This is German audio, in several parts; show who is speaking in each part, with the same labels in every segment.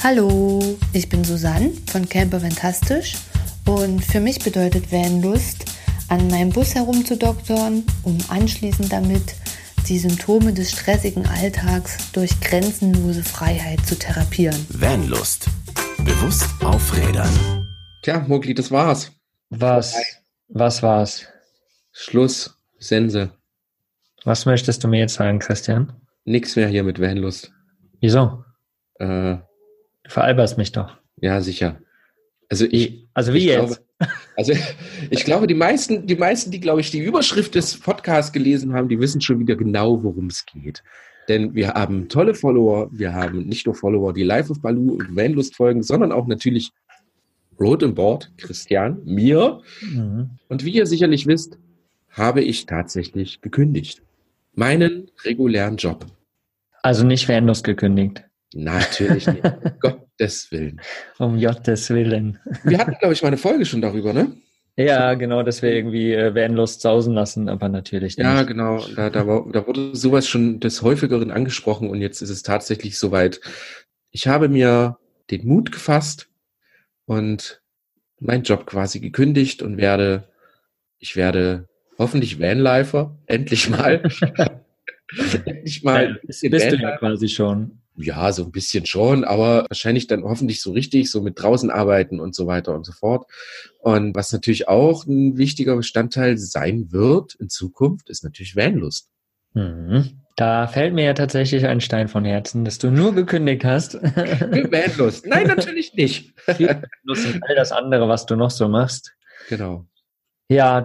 Speaker 1: Hallo, ich bin Susanne von Camper Fantastisch und für mich bedeutet Vanlust, an meinem Bus herumzudoktern, um anschließend damit die Symptome des stressigen Alltags durch grenzenlose Freiheit zu therapieren.
Speaker 2: Vanlust. Bewusst aufrädern.
Speaker 3: Tja, Mogli, das war's.
Speaker 4: Was war's?
Speaker 3: Schluss, Sense.
Speaker 4: Was möchtest du mir jetzt sagen, Christian?
Speaker 3: Nix mehr hier mit Vanlust.
Speaker 4: Wieso? Du veralberst mich doch.
Speaker 3: Ja, sicher.
Speaker 4: Wie jetzt?
Speaker 3: Ich glaube, die meisten, die, glaube ich, die Überschrift des Podcasts gelesen haben, die wissen schon wieder genau, worum es geht. Denn wir haben tolle Follower. Wir haben nicht nur Follower, die live auf Baloo und Vanlust folgen, sondern auch natürlich Road and Board, Christian, mir. Mhm. Und wie ihr sicherlich wisst, habe ich tatsächlich gekündigt. Meinen regulären Job.
Speaker 4: Also nicht Vanlust gekündigt?
Speaker 3: Natürlich nicht. Um Gottes Willen.
Speaker 4: Um Gottes Willen.
Speaker 3: Wir hatten, glaube ich, mal eine Folge schon darüber, ne?
Speaker 4: Ja, genau, dass wir irgendwie Vanlust sausen lassen, aber natürlich nicht.
Speaker 3: Ja, genau. Da wurde sowas schon des Häufigeren angesprochen und jetzt ist es tatsächlich soweit. Ich habe mir den Mut gefasst und meinen Job quasi gekündigt und ich werde hoffentlich Vanlifer, endlich mal.
Speaker 4: Endlich mal. Bist du ja quasi schon.
Speaker 3: Ja, so ein bisschen schon, aber wahrscheinlich dann hoffentlich so richtig, so mit draußen arbeiten und so weiter und so fort. Und was natürlich auch ein wichtiger Bestandteil sein wird in Zukunft, ist natürlich Vanlust.
Speaker 4: Mhm. Da fällt mir ja tatsächlich ein Stein von Herzen, dass du nur gekündigt hast.
Speaker 3: Für Vanlust. Nein, natürlich nicht.
Speaker 4: Für Vanlust und all das andere, was du noch so machst.
Speaker 3: Genau.
Speaker 4: Ja,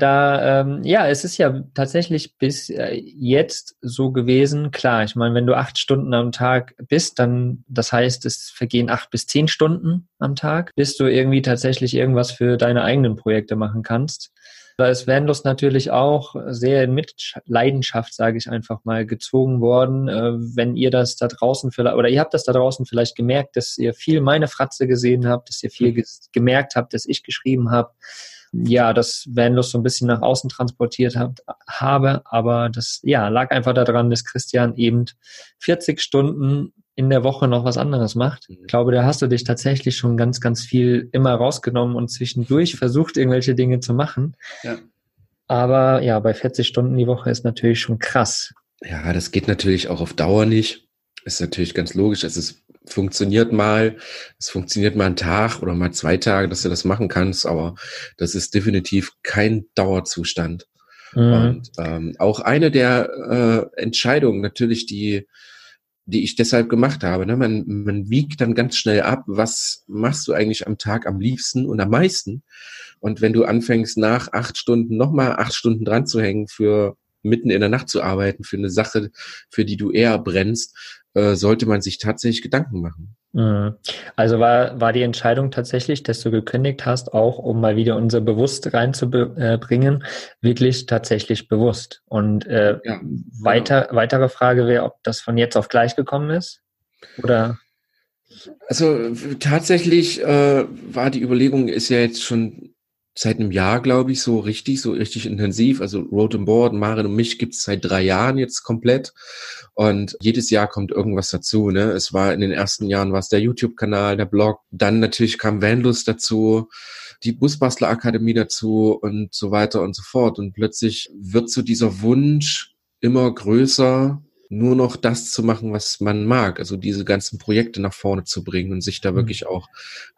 Speaker 4: es ist ja tatsächlich bis jetzt so gewesen. Klar, ich meine, wenn du 8 Stunden am Tag bist, dann, das heißt, es vergehen 8 bis 10 Stunden am Tag, bis du irgendwie tatsächlich irgendwas für deine eigenen Projekte machen kannst. Da ist Vanlust natürlich auch sehr in Mitleidenschaft, sage ich einfach mal, gezogen worden. Wenn ihr das da draußen vielleicht, oder ihr habt das da draußen vielleicht gemerkt, dass ihr viel meine Fratze gesehen habt, dass ihr viel gemerkt habt, dass ich geschrieben habe. Ja, das Vanlust so ein bisschen nach außen transportiert habe, aber das lag einfach daran, dass Christian eben 40 Stunden in der Woche noch was anderes macht. Ich glaube, da hast du dich tatsächlich schon ganz, ganz viel immer rausgenommen und zwischendurch versucht, irgendwelche Dinge zu machen. Ja. Aber ja, bei 40 Stunden die Woche ist natürlich schon krass.
Speaker 3: Ja, das geht natürlich auch auf Dauer nicht. Ist natürlich ganz logisch. Es funktioniert mal einen Tag oder mal 2 Tage, dass du das machen kannst, aber das ist definitiv kein Dauerzustand. Mhm. Und auch eine der Entscheidungen natürlich, die ich deshalb gemacht habe. Ne? Man wiegt dann ganz schnell ab, was machst du eigentlich am Tag am liebsten und am meisten. Und wenn du anfängst, nach 8 Stunden nochmal 8 Stunden dran zu hängen, für mitten in der Nacht zu arbeiten, für eine Sache, für die du eher brennst, sollte man sich tatsächlich Gedanken machen.
Speaker 4: Also war die Entscheidung tatsächlich, dass du gekündigt hast, auch um mal wieder unser Bewusst reinzubringen, wirklich tatsächlich bewusst. Und weitere Frage wäre, ob das von jetzt auf gleich gekommen ist? Oder?
Speaker 3: Also tatsächlich war die Überlegung, ist ja jetzt schon seit einem Jahr, glaube ich, so richtig intensiv. Also Road and Board, Maren und mich gibt's seit 3 Jahren jetzt komplett. Und jedes Jahr kommt irgendwas dazu. Ne? Es war in den ersten Jahren war es der YouTube-Kanal, der Blog. Dann natürlich kam Vanlust dazu, die Busbastler-Akademie dazu und so weiter und so fort. Und plötzlich wird so dieser Wunsch immer größer, nur noch das zu machen, was man mag. Also diese ganzen Projekte nach vorne zu bringen und sich da wirklich auch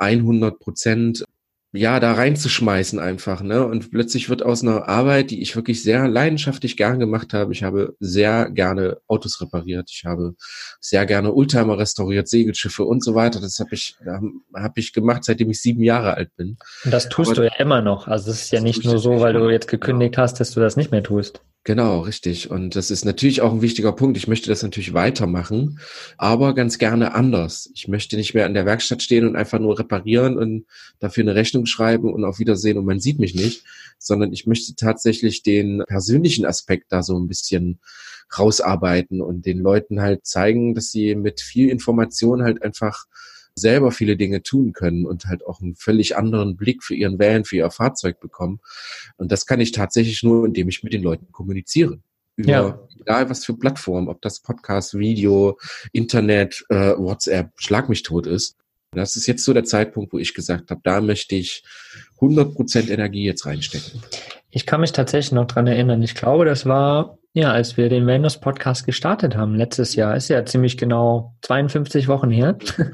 Speaker 3: 100% da reinzuschmeißen einfach, ne? Und plötzlich wird aus einer Arbeit, die ich wirklich sehr leidenschaftlich gern gemacht habe, ich habe sehr gerne Autos repariert, ich habe sehr gerne Oldtimer restauriert, Segelschiffe und so weiter. Das habe ich gemacht, seitdem ich 7 Jahre alt bin.
Speaker 4: Und das tust du ja immer noch. Also es ist ja nicht nur so, weil du jetzt gekündigt hast, dass du das nicht mehr tust.
Speaker 3: Genau, richtig. Und das ist natürlich auch ein wichtiger Punkt. Ich möchte das natürlich weitermachen, aber ganz gerne anders. Ich möchte nicht mehr in der Werkstatt stehen und einfach nur reparieren und dafür eine Rechnung schreiben und auf Wiedersehen und man sieht mich nicht, sondern ich möchte tatsächlich den persönlichen Aspekt da so ein bisschen rausarbeiten und den Leuten halt zeigen, dass sie mit viel Information halt einfach selber viele Dinge tun können und halt auch einen völlig anderen Blick für ihren Van, für ihr Fahrzeug bekommen. Und das kann ich tatsächlich nur, indem ich mit den Leuten kommuniziere. Über egal was für Plattformen, ob das Podcast, Video, Internet, WhatsApp, schlag mich tot ist. Das ist jetzt so der Zeitpunkt, wo ich gesagt habe, da möchte ich 100% Energie jetzt reinstecken.
Speaker 4: Ich kann mich tatsächlich noch dran erinnern. Ich glaube, das war, ja, als wir den Wellness-Podcast gestartet haben, letztes Jahr. Ist ja ziemlich genau 52 Wochen her.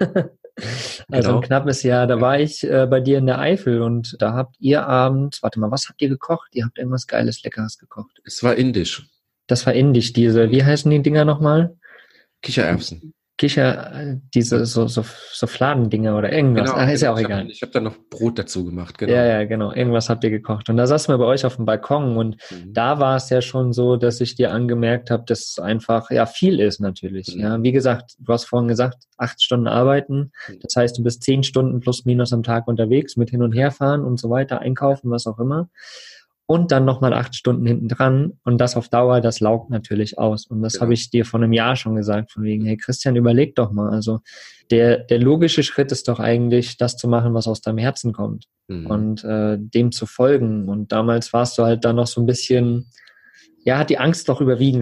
Speaker 4: Also
Speaker 3: Genau.
Speaker 4: ein knappes Jahr. Da war ich bei dir in der Eifel und da habt ihr abends, warte mal, was habt ihr gekocht? Ihr habt irgendwas Geiles, Leckeres gekocht.
Speaker 3: Es war indisch.
Speaker 4: Das war indisch, wie heißen die Dinger nochmal?
Speaker 3: Kichererbsen.
Speaker 4: Diese so Fladendinger oder irgendwas.
Speaker 3: Genau,
Speaker 4: Ist ja auch
Speaker 3: genau.
Speaker 4: egal.
Speaker 3: Ich hab da noch Brot dazu gemacht, genau.
Speaker 4: Ja, genau. Irgendwas habt ihr gekocht. Und da saßen wir bei euch auf dem Balkon und da war es ja schon so, dass ich dir angemerkt habe, dass es einfach ja viel ist natürlich. Ja, wie gesagt, du hast vorhin gesagt, 8 Stunden arbeiten. Das heißt, du bist 10 Stunden plus minus am Tag unterwegs mit hin und her fahren und so weiter, einkaufen, was auch immer. Und dann nochmal 8 Stunden hinten dran und das auf Dauer, das laugt natürlich aus. Und das habe ich dir vor einem Jahr schon gesagt, von wegen, hey Christian, überleg doch mal. Also der logische Schritt ist doch eigentlich, das zu machen, was aus deinem Herzen kommt und dem zu folgen. Und damals warst du halt dann noch so ein bisschen, ja, hat die Angst noch überwogen,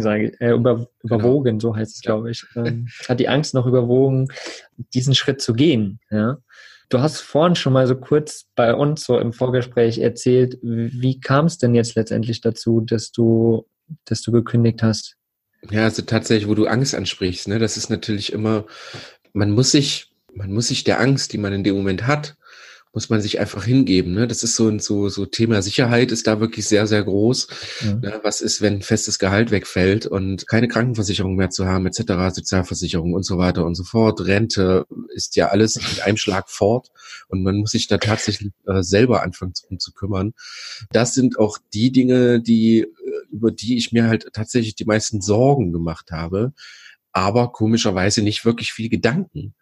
Speaker 4: so heißt es, glaube ich. Hat die Angst noch überwogen, diesen Schritt zu gehen, ja. Du hast vorhin schon mal so kurz bei uns so im Vorgespräch erzählt, wie kam es denn jetzt letztendlich dazu, dass du gekündigt hast?
Speaker 3: Ja, also tatsächlich, wo du Angst ansprichst, ne, das ist natürlich immer, man muss sich der Angst, die man in dem Moment hat, muss man sich einfach hingeben, ne? Das ist so Thema Sicherheit ist da wirklich sehr, sehr groß. Ne? Was ist, wenn festes Gehalt wegfällt und keine Krankenversicherung mehr zu haben, etc., Sozialversicherung und so weiter und so fort. Rente ist ja alles mit einem Schlag fort und man muss sich da tatsächlich selber anfangen zu kümmern. Das sind auch die Dinge, über die ich mir halt tatsächlich die meisten Sorgen gemacht habe, aber komischerweise nicht wirklich viel Gedanken.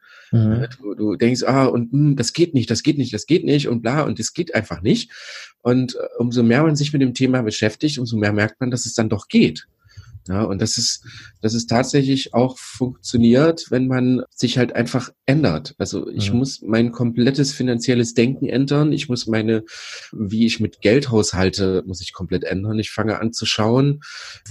Speaker 3: Du denkst, das geht nicht und bla, und das geht einfach nicht. Und umso mehr man sich mit dem Thema beschäftigt, umso mehr merkt man, dass es dann doch geht. Ja, und das ist tatsächlich auch funktioniert, wenn man sich halt einfach ändert. Also ich muss mein komplettes finanzielles Denken ändern. Ich muss wie ich mit Geld haushalte, muss ich komplett ändern. Ich fange an zu schauen,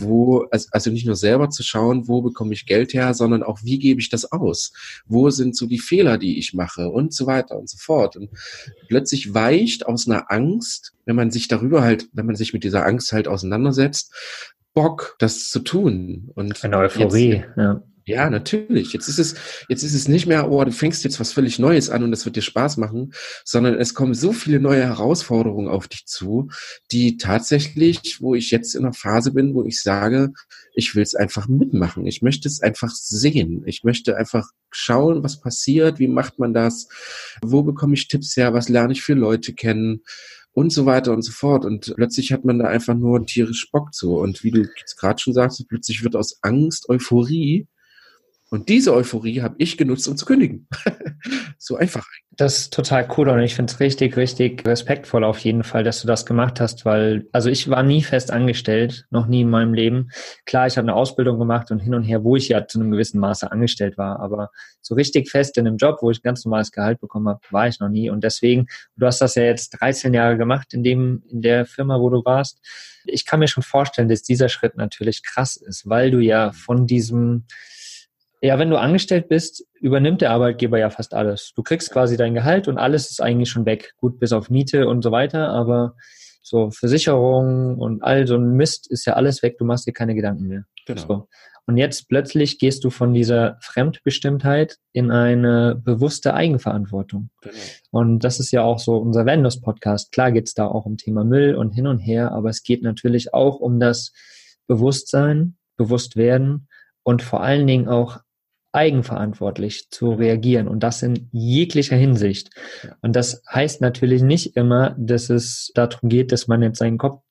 Speaker 3: also nicht nur selber zu schauen, wo bekomme ich Geld her, sondern auch, wie gebe ich das aus? Wo sind so die Fehler, die ich mache und so weiter und so fort. Und plötzlich weicht aus einer Angst, wenn man sich mit dieser Angst halt auseinandersetzt, Bock, das zu tun. Und
Speaker 4: eine Euphorie, ja.
Speaker 3: Ja, natürlich. Jetzt ist es nicht mehr, du fängst jetzt was völlig Neues an und das wird dir Spaß machen, sondern es kommen so viele neue Herausforderungen auf dich zu, die tatsächlich, wo ich jetzt in einer Phase bin, wo ich sage, ich will es einfach mitmachen. Ich möchte es einfach sehen. Ich möchte einfach schauen, was passiert, wie macht man das, wo bekomme ich Tipps her, was lerne ich für Leute kennen, und so weiter und so fort. Und plötzlich hat man da einfach nur tierisch Bock zu. Und wie du jetzt gerade schon sagst, plötzlich wird aus Angst Euphorie. Und diese Euphorie habe ich genutzt, um zu kündigen. So einfach.
Speaker 4: Das ist total cool und ich finde es richtig, richtig respektvoll auf jeden Fall, dass du das gemacht hast, weil, also ich war nie fest angestellt, noch nie in meinem Leben. Klar, ich habe eine Ausbildung gemacht und hin und her, wo ich ja zu einem gewissen Maße angestellt war, aber so richtig fest in einem Job, wo ich ganz normales Gehalt bekommen habe, war ich noch nie und deswegen, du hast das ja jetzt 13 Jahre gemacht in der Firma, wo du warst. Ich kann mir schon vorstellen, dass dieser Schritt natürlich krass ist, weil du ja von diesem, ja, wenn du angestellt bist, übernimmt der Arbeitgeber ja fast alles. Du kriegst quasi dein Gehalt und alles ist eigentlich schon weg. Gut, bis auf Miete und so weiter, aber so Versicherung und all so ein Mist ist ja alles weg. Du machst dir keine Gedanken mehr.
Speaker 3: Genau.
Speaker 4: So. Und jetzt plötzlich gehst du von dieser Fremdbestimmtheit in eine bewusste Eigenverantwortung.
Speaker 3: Genau.
Speaker 4: Und das ist ja auch so unser Wellness-Podcast. Klar geht's da auch um Thema Müll und hin und her, aber es geht natürlich auch um das Bewusstsein, Bewusstwerden und vor allen Dingen auch eigenverantwortlich zu reagieren und das in jeglicher Hinsicht. Und das heißt natürlich nicht immer, dass es darum geht, dass man jetzt seinen Job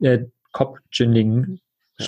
Speaker 4: kündigen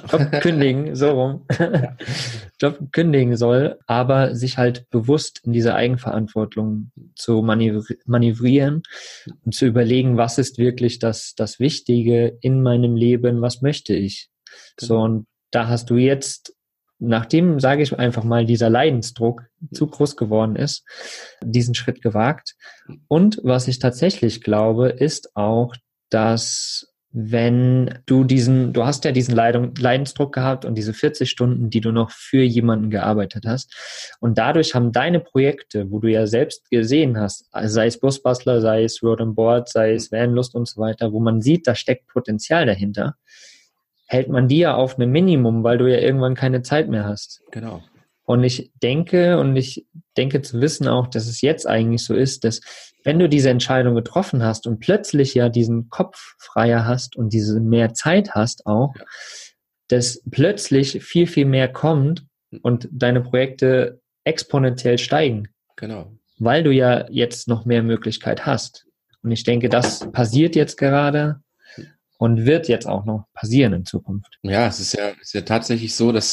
Speaker 4: soll, aber sich halt bewusst in diese Eigenverantwortung zu manövrieren und zu überlegen, was ist wirklich das Wichtige in meinem Leben, was möchte ich? So, und da hast du jetzt, nachdem, sage ich einfach mal, dieser Leidensdruck zu groß geworden ist, diesen Schritt gewagt. Und was ich tatsächlich glaube, ist auch, dass wenn du hast ja diesen Leidensdruck gehabt und diese 40 Stunden, die du noch für jemanden gearbeitet hast. Und dadurch haben deine Projekte, wo du ja selbst gesehen hast, also sei es Busbastler, sei es Road and Board, sei es Vanlust und so weiter, wo man sieht, da steckt Potenzial dahinter, hält man die ja auf einem Minimum, weil du ja irgendwann keine Zeit mehr hast.
Speaker 3: Genau.
Speaker 4: Und ich denke zu wissen auch, dass es jetzt eigentlich so ist, dass wenn du diese Entscheidung getroffen hast und plötzlich ja diesen Kopf freier hast und diese mehr Zeit hast auch, dass plötzlich viel, viel mehr kommt und deine Projekte exponentiell steigen.
Speaker 3: Genau.
Speaker 4: Weil du ja jetzt noch mehr Möglichkeit hast. Und ich denke, das passiert jetzt gerade und wird jetzt auch noch passieren in Zukunft.
Speaker 3: Ja, es ist ja tatsächlich so, dass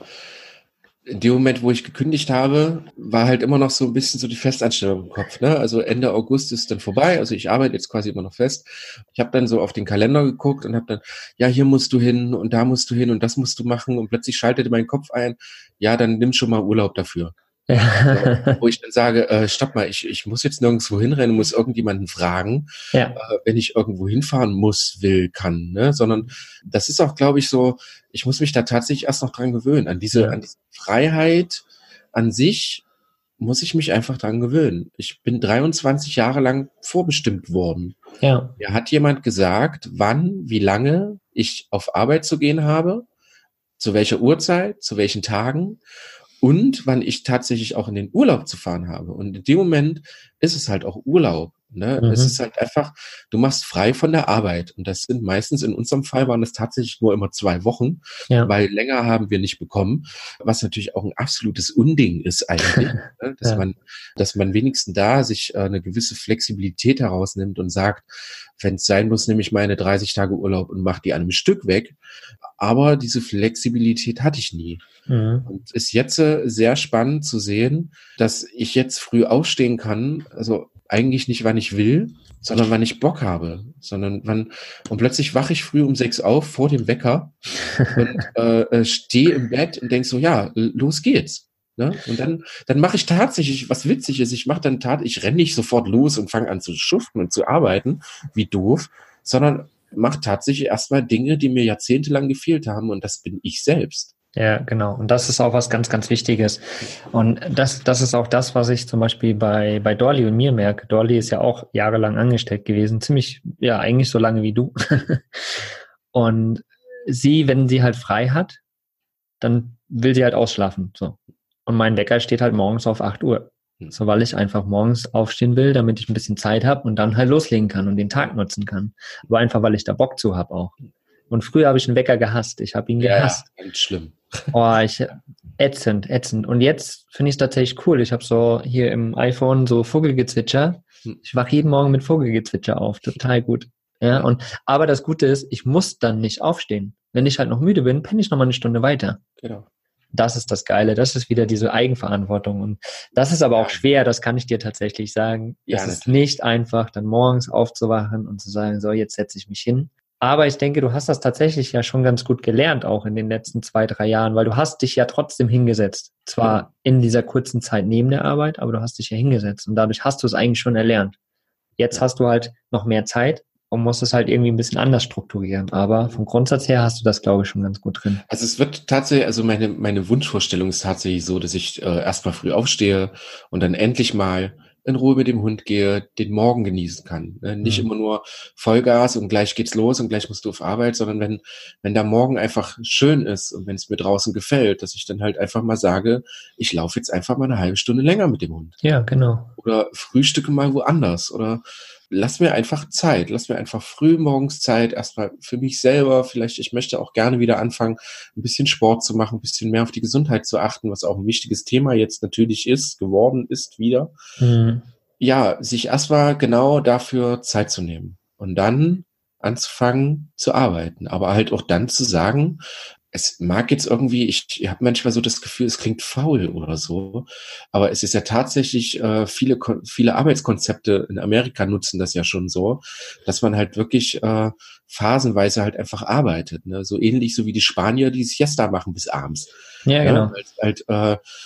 Speaker 3: in dem Moment, wo ich gekündigt habe, war halt immer noch so ein bisschen so die Festanstellung im Kopf. Ne? Also Ende August ist dann vorbei. Also ich arbeite jetzt quasi immer noch fest. Ich habe dann so auf den Kalender geguckt und habe dann, ja, hier musst du hin und da musst du hin und das musst du machen. Und plötzlich schaltete mein Kopf ein, ja, dann nimm schon mal Urlaub dafür. Ja, wo ich dann sage, stopp mal, ich muss jetzt nirgendwo hinrennen, muss irgendjemanden fragen, wenn ich irgendwo hinfahren muss, will, kann, ne? Sondern das ist auch, glaube ich, so, ich muss mich da tatsächlich erst noch dran gewöhnen. An diese Freiheit an sich muss ich mich einfach dran gewöhnen. Ich bin 23 Jahre lang vorbestimmt worden.
Speaker 4: Ja.
Speaker 3: Mir hat jemand gesagt, wann, wie lange ich auf Arbeit zu gehen habe, zu welcher Uhrzeit, zu welchen Tagen und wann ich tatsächlich auch in den Urlaub zu fahren habe. Und in dem Moment ist es halt auch Urlaub. Ne? Es ist halt einfach, du machst frei von der Arbeit. Und das sind meistens, in unserem Fall waren das tatsächlich nur immer 2 Wochen, weil länger haben wir nicht bekommen, was natürlich auch ein absolutes Unding ist eigentlich, ne? Dass man wenigstens da sich eine gewisse Flexibilität herausnimmt und sagt, wenn es sein muss, nehme ich meine 30 Tage Urlaub und mache die an einem Stück weg. Aber diese Flexibilität hatte ich nie. Und ist jetzt sehr spannend zu sehen, dass ich jetzt früh aufstehen kann, also eigentlich nicht, wann ich will, sondern wann ich Bock habe, und plötzlich wache ich früh um 6 auf vor dem Wecker und stehe im Bett und denk so, ja, los geht's. Ne? Und dann mache ich tatsächlich was Witziges. Ich renne nicht sofort los und fange an zu schuften und zu arbeiten, wie doof, sondern mache tatsächlich erstmal Dinge, die mir jahrzehntelang gefehlt haben, und das bin ich selbst.
Speaker 4: Ja, genau. Und das ist auch was ganz, ganz Wichtiges. Und das ist auch das, was ich zum Beispiel bei Dolly und mir merke. Dolly ist ja auch jahrelang angestellt gewesen, ziemlich, ja, eigentlich so lange wie du. Und sie, wenn sie halt frei hat, dann will sie halt ausschlafen. So. Und mein Wecker steht halt morgens auf 8 Uhr. So, weil ich einfach morgens aufstehen will, damit ich ein bisschen Zeit habe und dann halt loslegen kann und den Tag nutzen kann. Aber einfach, weil ich da Bock zu habe auch. Und früher habe ich einen Wecker gehasst. Ich habe ihn gehasst.
Speaker 3: Ja, ganz schlimm.
Speaker 4: Ätzend. Und jetzt finde ich es tatsächlich cool. Ich habe so hier im iPhone so Vogelgezwitscher. Ich wache jeden Morgen mit Vogelgezwitscher auf. Total gut. Ja, aber das Gute ist, ich muss dann nicht aufstehen. Wenn ich halt noch müde bin, penne ich noch mal eine Stunde weiter.
Speaker 3: Genau.
Speaker 4: Das ist das Geile. Das ist wieder diese Eigenverantwortung. Und das ist aber auch schwer, das kann ich dir tatsächlich sagen. Es ist nicht einfach, dann morgens aufzuwachen und zu sagen, so, jetzt setze ich mich hin. Aber ich denke, du hast das tatsächlich ja schon ganz gut gelernt, auch in den letzten 2-3 Jahren, weil du hast dich ja trotzdem hingesetzt. Zwar in dieser kurzen Zeit neben der Arbeit, aber du hast dich ja hingesetzt und dadurch hast du es eigentlich schon erlernt. Jetzt hast du halt noch mehr Zeit und musst es halt irgendwie ein bisschen anders strukturieren. Aber vom Grundsatz her hast du das, glaube ich, schon ganz gut drin.
Speaker 3: Also es wird tatsächlich, also meine Wunschvorstellung ist tatsächlich so, dass ich erstmal früh aufstehe und dann endlich mal in Ruhe mit dem Hund gehe, den Morgen genießen kann. Nicht immer nur Vollgas und gleich geht's los und gleich musst du auf Arbeit, sondern wenn der Morgen einfach schön ist und wenn es mir draußen gefällt, dass ich dann halt einfach mal sage, ich laufe jetzt einfach mal eine halbe Stunde länger mit dem Hund.
Speaker 4: Ja, genau.
Speaker 3: Oder frühstücke mal woanders oder lass mir einfach Zeit, lass mir einfach früh morgens Zeit, erstmal für mich selber, vielleicht, ich möchte auch gerne wieder anfangen, ein bisschen Sport zu machen, ein bisschen mehr auf die Gesundheit zu achten, was auch ein wichtiges Thema jetzt natürlich geworden ist wieder. Ja, sich erstmal genau dafür Zeit zu nehmen und dann anzufangen zu arbeiten, aber halt auch dann zu sagen, es mag jetzt irgendwie, ich habe manchmal so das Gefühl, es klingt faul oder so, aber es ist ja tatsächlich, viele Arbeitskonzepte in Amerika nutzen das ja schon so, dass man halt wirklich phasenweise halt einfach arbeitet, ne? So ähnlich so wie die Spanier, die Siesta machen bis abends.
Speaker 4: Ja, genau.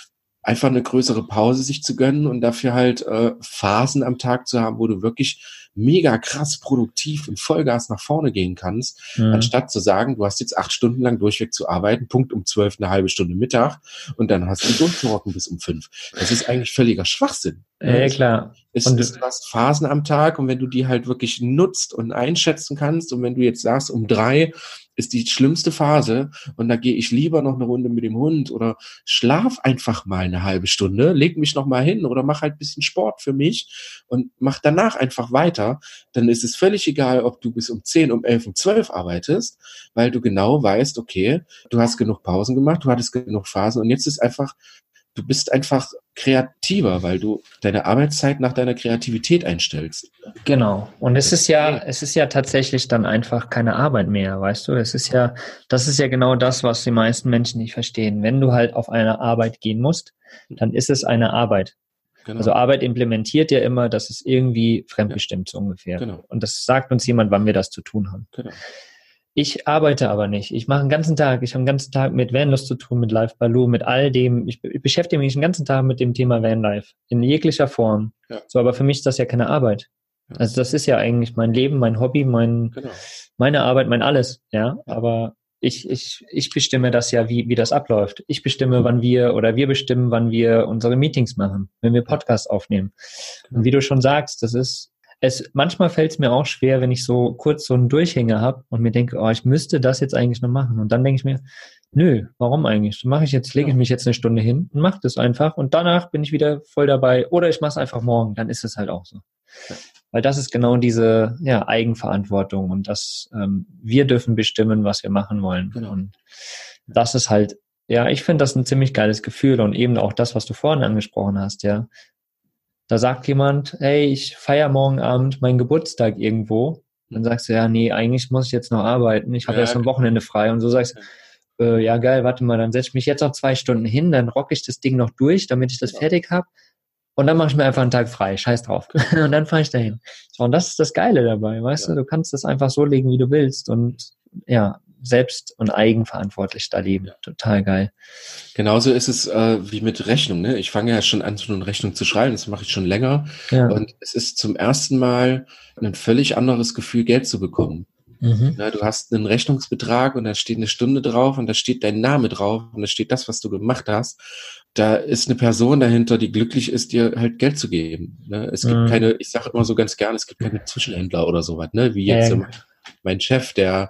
Speaker 3: Einfach eine größere Pause sich zu gönnen und dafür halt Phasen am Tag zu haben, wo du wirklich mega krass produktiv und Vollgas nach vorne gehen kannst, anstatt zu sagen, du hast jetzt 8 Stunden lang durchweg zu arbeiten, Punkt um 12 eine halbe Stunde Mittag und dann hast du durchzurocken bis um 5. Das ist eigentlich völliger Schwachsinn.
Speaker 4: Ja, klar.
Speaker 3: Du hast Phasen am Tag und wenn du die halt wirklich nutzt und einschätzen kannst und wenn du jetzt sagst, um 3 ist die schlimmste Phase und da gehe ich lieber noch eine Runde mit dem Hund oder schlaf einfach mal eine halbe Stunde, leg mich noch mal hin oder mach halt ein bisschen Sport für mich und mach danach einfach weiter, dann ist es völlig egal, ob du bis um 10, um 11, um 12 arbeitest, weil du genau weißt, okay, du hast genug Pausen gemacht, du hattest genug Phasen und jetzt ist einfach, du bist einfach kreativer, weil du deine Arbeitszeit nach deiner Kreativität einstellst.
Speaker 4: Genau. Und es ist ja tatsächlich dann einfach keine Arbeit mehr, weißt du? Das ist ja genau das, was die meisten Menschen nicht verstehen. Wenn du halt auf eine Arbeit gehen musst, dann ist es eine Arbeit. Genau. Also Arbeit implementiert ja immer, dass es irgendwie fremdbestimmt so ungefähr. Genau. Und das sagt uns jemand, wann wir das zu tun haben. Genau. Ich arbeite aber nicht. Ich habe den ganzen Tag mit Vanlust zu tun, mit Live Baloo, mit all dem. Ich beschäftige mich den ganzen Tag mit dem Thema Vanlife in jeglicher Form. Ja. So, aber für mich ist das ja keine Arbeit. Ja. Also das ist ja eigentlich mein Leben, mein Hobby, meine Arbeit, mein alles. Ja, aber ich bestimme das ja, wie das abläuft. Ich bestimme, wir bestimmen, wann wir unsere Meetings machen, wenn wir Podcasts aufnehmen. Und wie du schon sagst, manchmal fällt es mir auch schwer, wenn ich so kurz so einen Durchhänger habe und mir denke, ich müsste das jetzt eigentlich noch machen. Und dann denke ich mir, nö, warum eigentlich? Lege ich mich jetzt eine Stunde hin und mache das einfach und danach bin ich wieder voll dabei. Oder ich mache es einfach morgen, dann ist es halt auch so. Ja. Weil das ist genau diese Eigenverantwortung und wir dürfen bestimmen, was wir machen wollen. Genau. Und das ist halt, ich finde das ein ziemlich geiles Gefühl und eben auch das, was du vorhin angesprochen hast, ja. Da sagt jemand, hey, ich feiere morgen Abend meinen Geburtstag irgendwo. Dann sagst du, ja, nee, eigentlich muss ich jetzt noch arbeiten. Ich habe erst am Wochenende frei. Und so sagst du, ja geil, warte mal, dann setze ich mich jetzt noch 2 Stunden hin, dann rocke ich das Ding noch durch, damit ich das fertig habe. Und dann mache ich mir einfach einen Tag frei, scheiß drauf. Und dann fahre ich dahin. So, und das ist das Geile dabei, weißt du? Du kannst das einfach so legen, wie du willst. Und selbst und eigenverantwortlich da leben. Total geil.
Speaker 3: Genauso ist es wie mit Rechnung. Ne? Ich fange ja schon an, so eine Rechnung zu schreiben. Das mache ich schon länger. Ja. Und es ist zum ersten Mal ein völlig anderes Gefühl, Geld zu bekommen. Na, du hast einen Rechnungsbetrag und da steht eine Stunde drauf und da steht dein Name drauf und da steht das, was du gemacht hast. Da ist eine Person dahinter, die glücklich ist, dir halt Geld zu geben. Ne? Es gibt keine, ich sage immer so ganz gerne, es gibt keine Zwischenhändler oder sowas, ne? Wie jetzt mein Chef,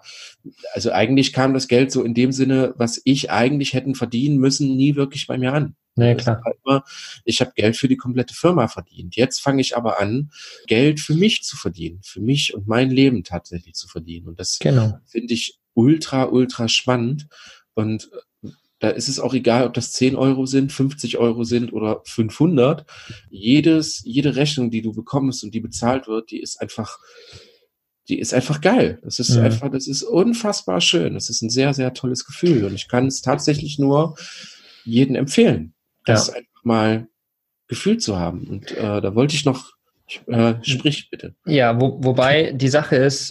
Speaker 3: also eigentlich kam das Geld so in dem Sinne, was ich eigentlich hätten verdienen müssen, nie wirklich bei mir an.
Speaker 4: Ja, klar.
Speaker 3: Ich habe Geld für die komplette Firma verdient. Jetzt fange ich aber an, Geld für mich zu verdienen, für mich und mein Leben tatsächlich zu verdienen. Und das finde ich ultra, ultra spannend. Und da ist es auch egal, ob das 10 Euro sind, 50 Euro sind oder 500. Jede Rechnung, die du bekommst und die bezahlt wird, die ist einfach geil. Das ist das ist unfassbar schön. Das ist ein sehr, sehr tolles Gefühl. Und ich kann es tatsächlich nur jedem empfehlen, das einfach mal gefühlt zu haben. Und da wollte ich noch, sprich bitte.
Speaker 4: Ja, wobei die Sache ist,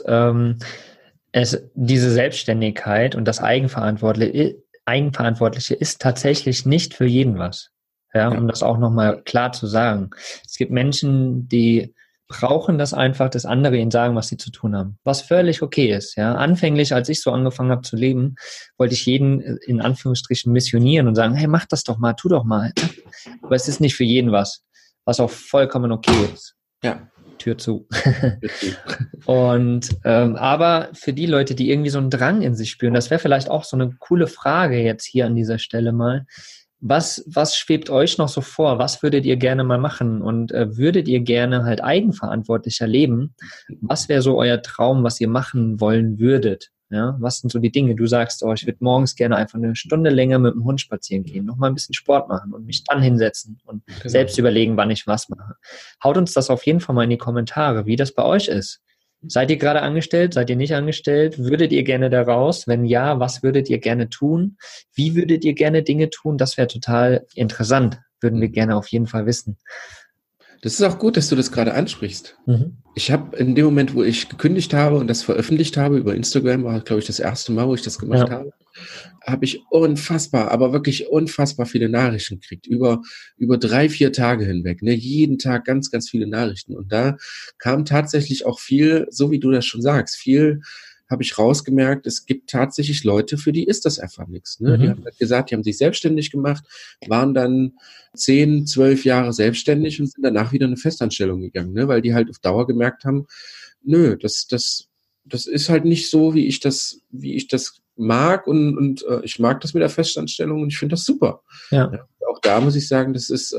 Speaker 4: diese Selbstständigkeit und das Eigenverantwortliche ist tatsächlich nicht für jeden was. Ja, um das auch nochmal klar zu sagen. Es gibt Menschen, die brauchen das einfach, dass andere ihnen sagen, was sie zu tun haben. Was völlig okay ist. Ja, anfänglich, als ich so angefangen habe zu leben, wollte ich jeden in Anführungsstrichen missionieren und sagen, hey, mach das doch mal, tu doch mal. Aber es ist nicht für jeden was auch vollkommen okay ist.
Speaker 3: Ja.
Speaker 4: Tür zu. Und aber für die Leute, die irgendwie so einen Drang in sich spüren, das wäre vielleicht auch so eine coole Frage jetzt hier an dieser Stelle mal. Was schwebt euch noch so vor? Was würdet ihr gerne mal machen? Und würdet ihr gerne halt eigenverantwortlicher leben? Was wäre so euer Traum, was ihr machen wollen würdet? Ja, was sind so die Dinge? Du sagst, ich würde morgens gerne einfach eine Stunde länger mit dem Hund spazieren gehen, noch mal ein bisschen Sport machen und mich dann hinsetzen und selbst überlegen, wann ich was mache. Haut uns das auf jeden Fall mal in die Kommentare, wie das bei euch ist. Seid ihr gerade angestellt? Seid ihr nicht angestellt? Würdet ihr gerne da raus? Wenn ja, was würdet ihr gerne tun? Wie würdet ihr gerne Dinge tun? Das wäre total interessant. Würden wir gerne auf jeden Fall wissen.
Speaker 3: Das ist auch gut, dass du das gerade ansprichst.
Speaker 4: Mhm.
Speaker 3: Ich habe in dem Moment, wo ich gekündigt habe und das veröffentlicht habe über Instagram, war, glaube ich, das erste Mal, wo ich das gemacht habe, habe ich unfassbar, aber wirklich unfassbar viele Nachrichten gekriegt, über 3-4 Tage hinweg, ne? Jeden Tag ganz, ganz viele Nachrichten. Und da kam tatsächlich auch viel, so wie du das schon sagst, viel habe ich rausgemerkt, es gibt tatsächlich Leute, für die ist das einfach nichts. Ne? Die haben halt gesagt, die haben sich selbstständig gemacht, waren dann 10, 12 Jahre selbstständig und sind danach wieder in eine Festanstellung gegangen, ne? Weil die halt auf Dauer gemerkt haben, nö, das ist halt nicht so, wie ich das mag und ich mag das mit der Festanstellung und ich finde das super.
Speaker 4: Ja.
Speaker 3: Ja, auch da muss ich sagen, das ist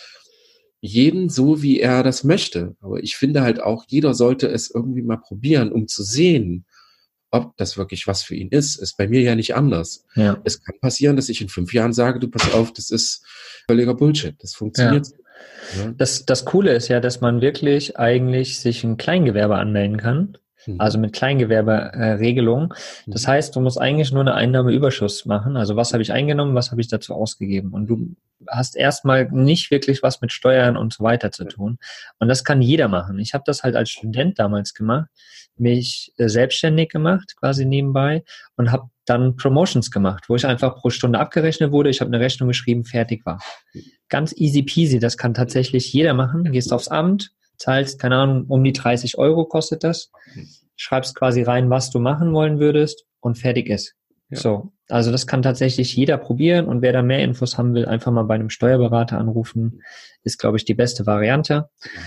Speaker 3: jeden so, wie er das möchte. Aber ich finde halt auch, jeder sollte es irgendwie mal probieren, um zu sehen, ob das wirklich was für ihn ist. Ist bei mir ja nicht anders.
Speaker 4: Ja.
Speaker 3: Es kann passieren, dass ich in 5 Jahren sage, du pass auf, das ist völliger Bullshit. Das funktioniert. Ja.
Speaker 4: Das Coole ist ja, dass man wirklich eigentlich sich ein Kleingewerbe anmelden kann. Also mit Kleingewerberegelung. Das heißt, du musst eigentlich nur eine Einnahmeüberschuss machen. Also was habe ich eingenommen, was habe ich dazu ausgegeben? Und du hast erstmal nicht wirklich was mit Steuern und so weiter zu tun. Und das kann jeder machen. Ich habe das halt als Student damals gemacht, mich selbstständig gemacht, quasi nebenbei, und habe dann Promotions gemacht, wo ich einfach pro Stunde abgerechnet wurde. Ich habe eine Rechnung geschrieben, fertig war. Ganz easy peasy. Das kann tatsächlich jeder machen. Gehst aufs Amt, zahlst, keine Ahnung, um die 30 Euro kostet das, schreibst quasi rein, was du machen wollen würdest und fertig ist. Ja. So, also das kann tatsächlich jeder probieren und wer da mehr Infos haben will, einfach mal bei einem Steuerberater anrufen, ist, glaube ich, die beste Variante.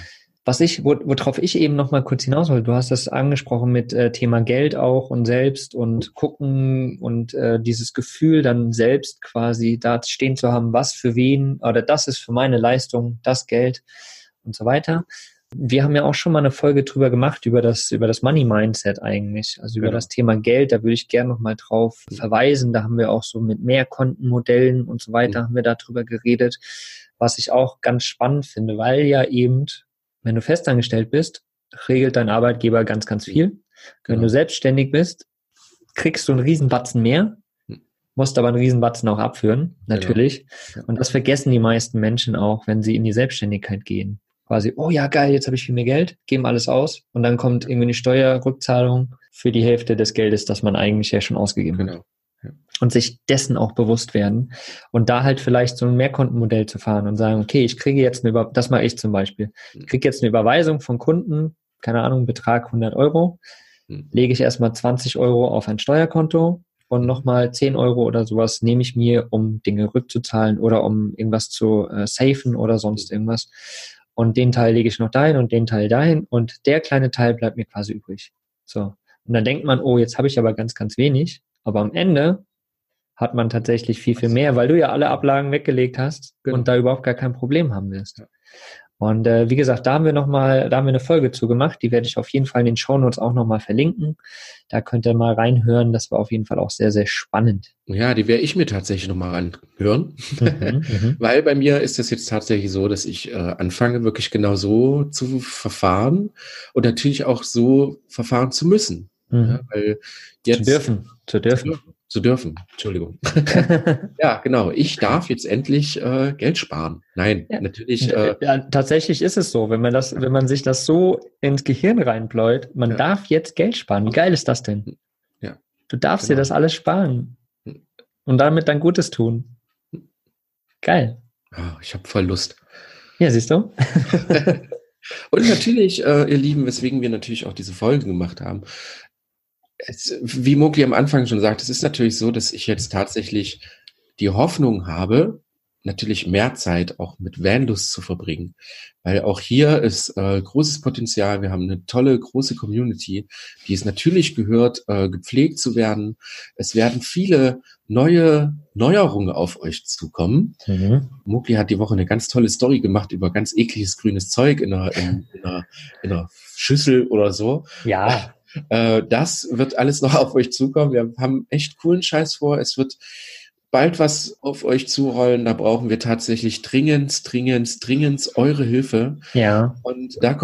Speaker 4: Worauf ich eben noch mal kurz hinaus wollte, du hast das angesprochen mit Thema Geld auch und selbst und gucken und dieses Gefühl dann selbst quasi da stehen zu haben, was für wen oder das ist für meine Leistung, das Geld und so weiter. Wir haben ja auch schon mal eine Folge drüber gemacht, über das Money Mindset eigentlich, also über das Thema Geld, da würde ich gerne noch mal drauf verweisen, da haben wir auch so mit Mehrkontenmodellen und so weiter, haben wir darüber geredet, was ich auch ganz spannend finde, weil ja eben, wenn du festangestellt bist, regelt dein Arbeitgeber ganz, ganz viel. Wenn du selbstständig bist, kriegst du einen Riesenbatzen mehr, musst aber einen Riesenbatzen auch abführen, natürlich. Und das vergessen die meisten Menschen auch, wenn sie in die Selbstständigkeit gehen. Quasi, oh ja, geil, jetzt habe ich viel mehr Geld, geben alles aus und dann kommt irgendwie eine Steuerrückzahlung für die Hälfte des Geldes, das man eigentlich ja schon ausgegeben hat. Ja. Und sich dessen auch bewusst werden und da halt vielleicht so ein Mehrkontenmodell zu fahren und sagen, okay, ich kriege jetzt das mache ich zum Beispiel, ich kriege jetzt eine Überweisung von Kunden, keine Ahnung, Betrag 100 Euro, lege ich erstmal 20 Euro auf ein Steuerkonto und nochmal 10 Euro oder sowas nehme ich mir, um Dinge rückzuzahlen oder um irgendwas zu safen oder sonst irgendwas. Und den Teil lege ich noch dahin und den Teil dahin und der kleine Teil bleibt mir quasi übrig. So. Und dann denkt man, oh, jetzt habe ich aber ganz, ganz wenig. Aber am Ende hat man tatsächlich viel, viel mehr, weil du ja alle Ablagen weggelegt hast und da überhaupt gar kein Problem haben wirst. Ja. Und wie gesagt, da haben wir eine Folge zu gemacht, die werde ich auf jeden Fall in den Shownotes auch nochmal verlinken. Da könnt ihr mal reinhören, das war auf jeden Fall auch sehr, sehr spannend.
Speaker 3: Ja, die werde ich mir tatsächlich nochmal anhören, weil bei mir ist das jetzt tatsächlich so, dass ich anfange, wirklich genau so zu verfahren und natürlich auch so verfahren zu müssen. Ja, weil jetzt zu dürfen. Entschuldigung. Ja, genau. Ich darf jetzt endlich Geld sparen. Nein, natürlich.
Speaker 4: Ja, tatsächlich ist es so, wenn man sich das so ins Gehirn reinpläut, man darf jetzt Geld sparen. Wie geil ist das denn?
Speaker 3: Ja.
Speaker 4: Du darfst dir das alles sparen und damit dann Gutes tun. Geil.
Speaker 3: Oh, ich habe voll Lust.
Speaker 4: Ja, siehst du?
Speaker 3: Und natürlich, ihr Lieben, weswegen wir natürlich auch diese Folge gemacht haben, wie Mowgli am Anfang schon sagt, es ist natürlich so, dass ich jetzt tatsächlich die Hoffnung habe, natürlich mehr Zeit auch mit Vanlust zu verbringen. Weil auch hier ist großes Potenzial. Wir haben eine tolle, große Community, die es natürlich gehört, gepflegt zu werden. Es werden viele neue Neuerungen auf euch zukommen. Mowgli hat die Woche eine ganz tolle Story gemacht über ganz ekliges grünes Zeug in einer Schüssel oder so.
Speaker 4: Ja.
Speaker 3: Das wird alles noch auf euch zukommen. Wir haben echt coolen Scheiß vor. Es wird bald was auf euch zurollen. Da brauchen wir tatsächlich dringend eure Hilfe.
Speaker 4: Ja.
Speaker 3: Und da kommt tatsächlich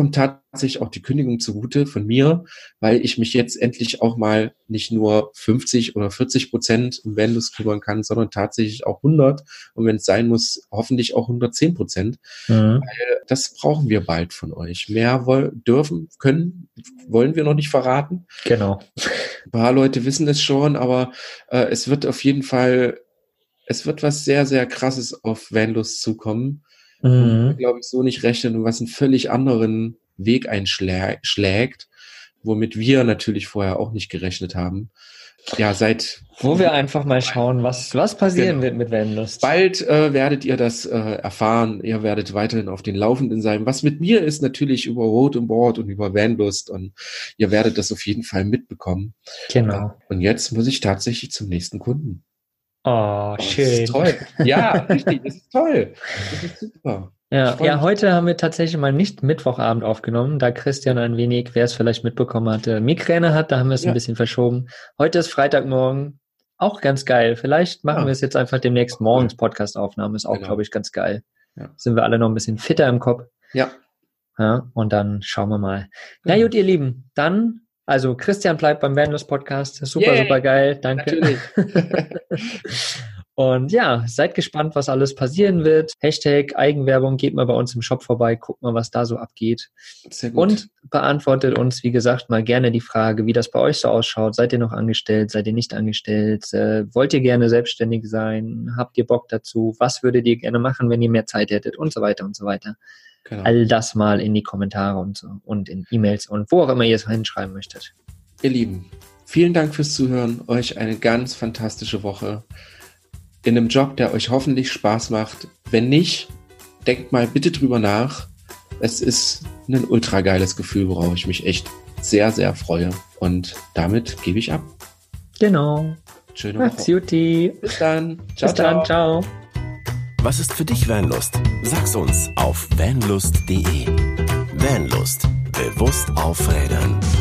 Speaker 3: sich auch die Kündigung zugute von mir, weil ich mich jetzt endlich auch mal nicht nur 50 oder 40% um Vanlust kümmern kann, sondern tatsächlich auch 100 und wenn es sein muss, hoffentlich auch 110%. Weil das brauchen wir bald von euch. Mehr wollen wir noch nicht verraten.
Speaker 4: Genau.
Speaker 3: Ein paar Leute wissen es schon, aber es wird auf jeden Fall, es wird was sehr, sehr Krasses auf Vanlust zukommen. Und wir, glaube ich, so nicht rechnen und was einen völlig anderen Weg einschlägt, womit wir natürlich vorher auch nicht gerechnet haben. Ja,
Speaker 4: wo wir einfach mal schauen, was passieren wird mit Vanlust.
Speaker 3: Bald werdet ihr das erfahren. Ihr werdet weiterhin auf den Laufenden sein. Was mit mir ist, natürlich über Road and Board und über Vanlust und ihr werdet das auf jeden Fall mitbekommen.
Speaker 4: Genau.
Speaker 3: Und jetzt muss ich tatsächlich zum nächsten Kunden.
Speaker 4: Oh, schön. Das
Speaker 3: ist toll. Ja, richtig, das ist toll. Das ist super.
Speaker 4: Ja, heute haben wir tatsächlich mal nicht Mittwochabend aufgenommen, da Christian ein wenig, wer es vielleicht mitbekommen hatte, Migräne hat, da haben wir es ein bisschen verschoben. Heute ist Freitagmorgen, auch ganz geil. Vielleicht machen wir es jetzt einfach demnächst morgens Podcast-Aufnahme, ist auch, glaube ich, ganz geil. Ja. Sind wir alle noch ein bisschen fitter im Kopf.
Speaker 3: Ja.
Speaker 4: Und dann schauen wir mal. Na gut, ihr Lieben, dann, also Christian bleibt beim Vanlust-Podcast, super geil, danke. Natürlich. Und ja, seid gespannt, was alles passieren wird. Hashtag Eigenwerbung, geht mal bei uns im Shop vorbei, guckt mal, was da so abgeht.
Speaker 3: Sehr gut.
Speaker 4: Und beantwortet uns, wie gesagt, mal gerne die Frage, wie das bei euch so ausschaut. Seid ihr noch angestellt? Seid ihr nicht angestellt? Wollt ihr gerne selbstständig sein? Habt ihr Bock dazu? Was würdet ihr gerne machen, wenn ihr mehr Zeit hättet? Und so weiter und so weiter. Genau. All das mal in die Kommentare und in E-Mails und wo auch immer ihr es hinschreiben möchtet.
Speaker 3: Ihr Lieben, vielen Dank fürs Zuhören. Euch eine ganz fantastische Woche. In einem Job, der euch hoffentlich Spaß macht. Wenn nicht, denkt mal bitte drüber nach. Es ist ein ultra geiles Gefühl, worauf ich mich echt sehr, sehr freue. Und damit gebe ich ab.
Speaker 4: Genau.
Speaker 3: Schöne Woche.
Speaker 4: Macht's Juti.
Speaker 3: Bis dann.
Speaker 4: Ciao, ciao. Ciao.
Speaker 2: Was ist für dich Vanlust? Sag's uns auf vanlust.de. Vanlust. Bewusst aufrädern.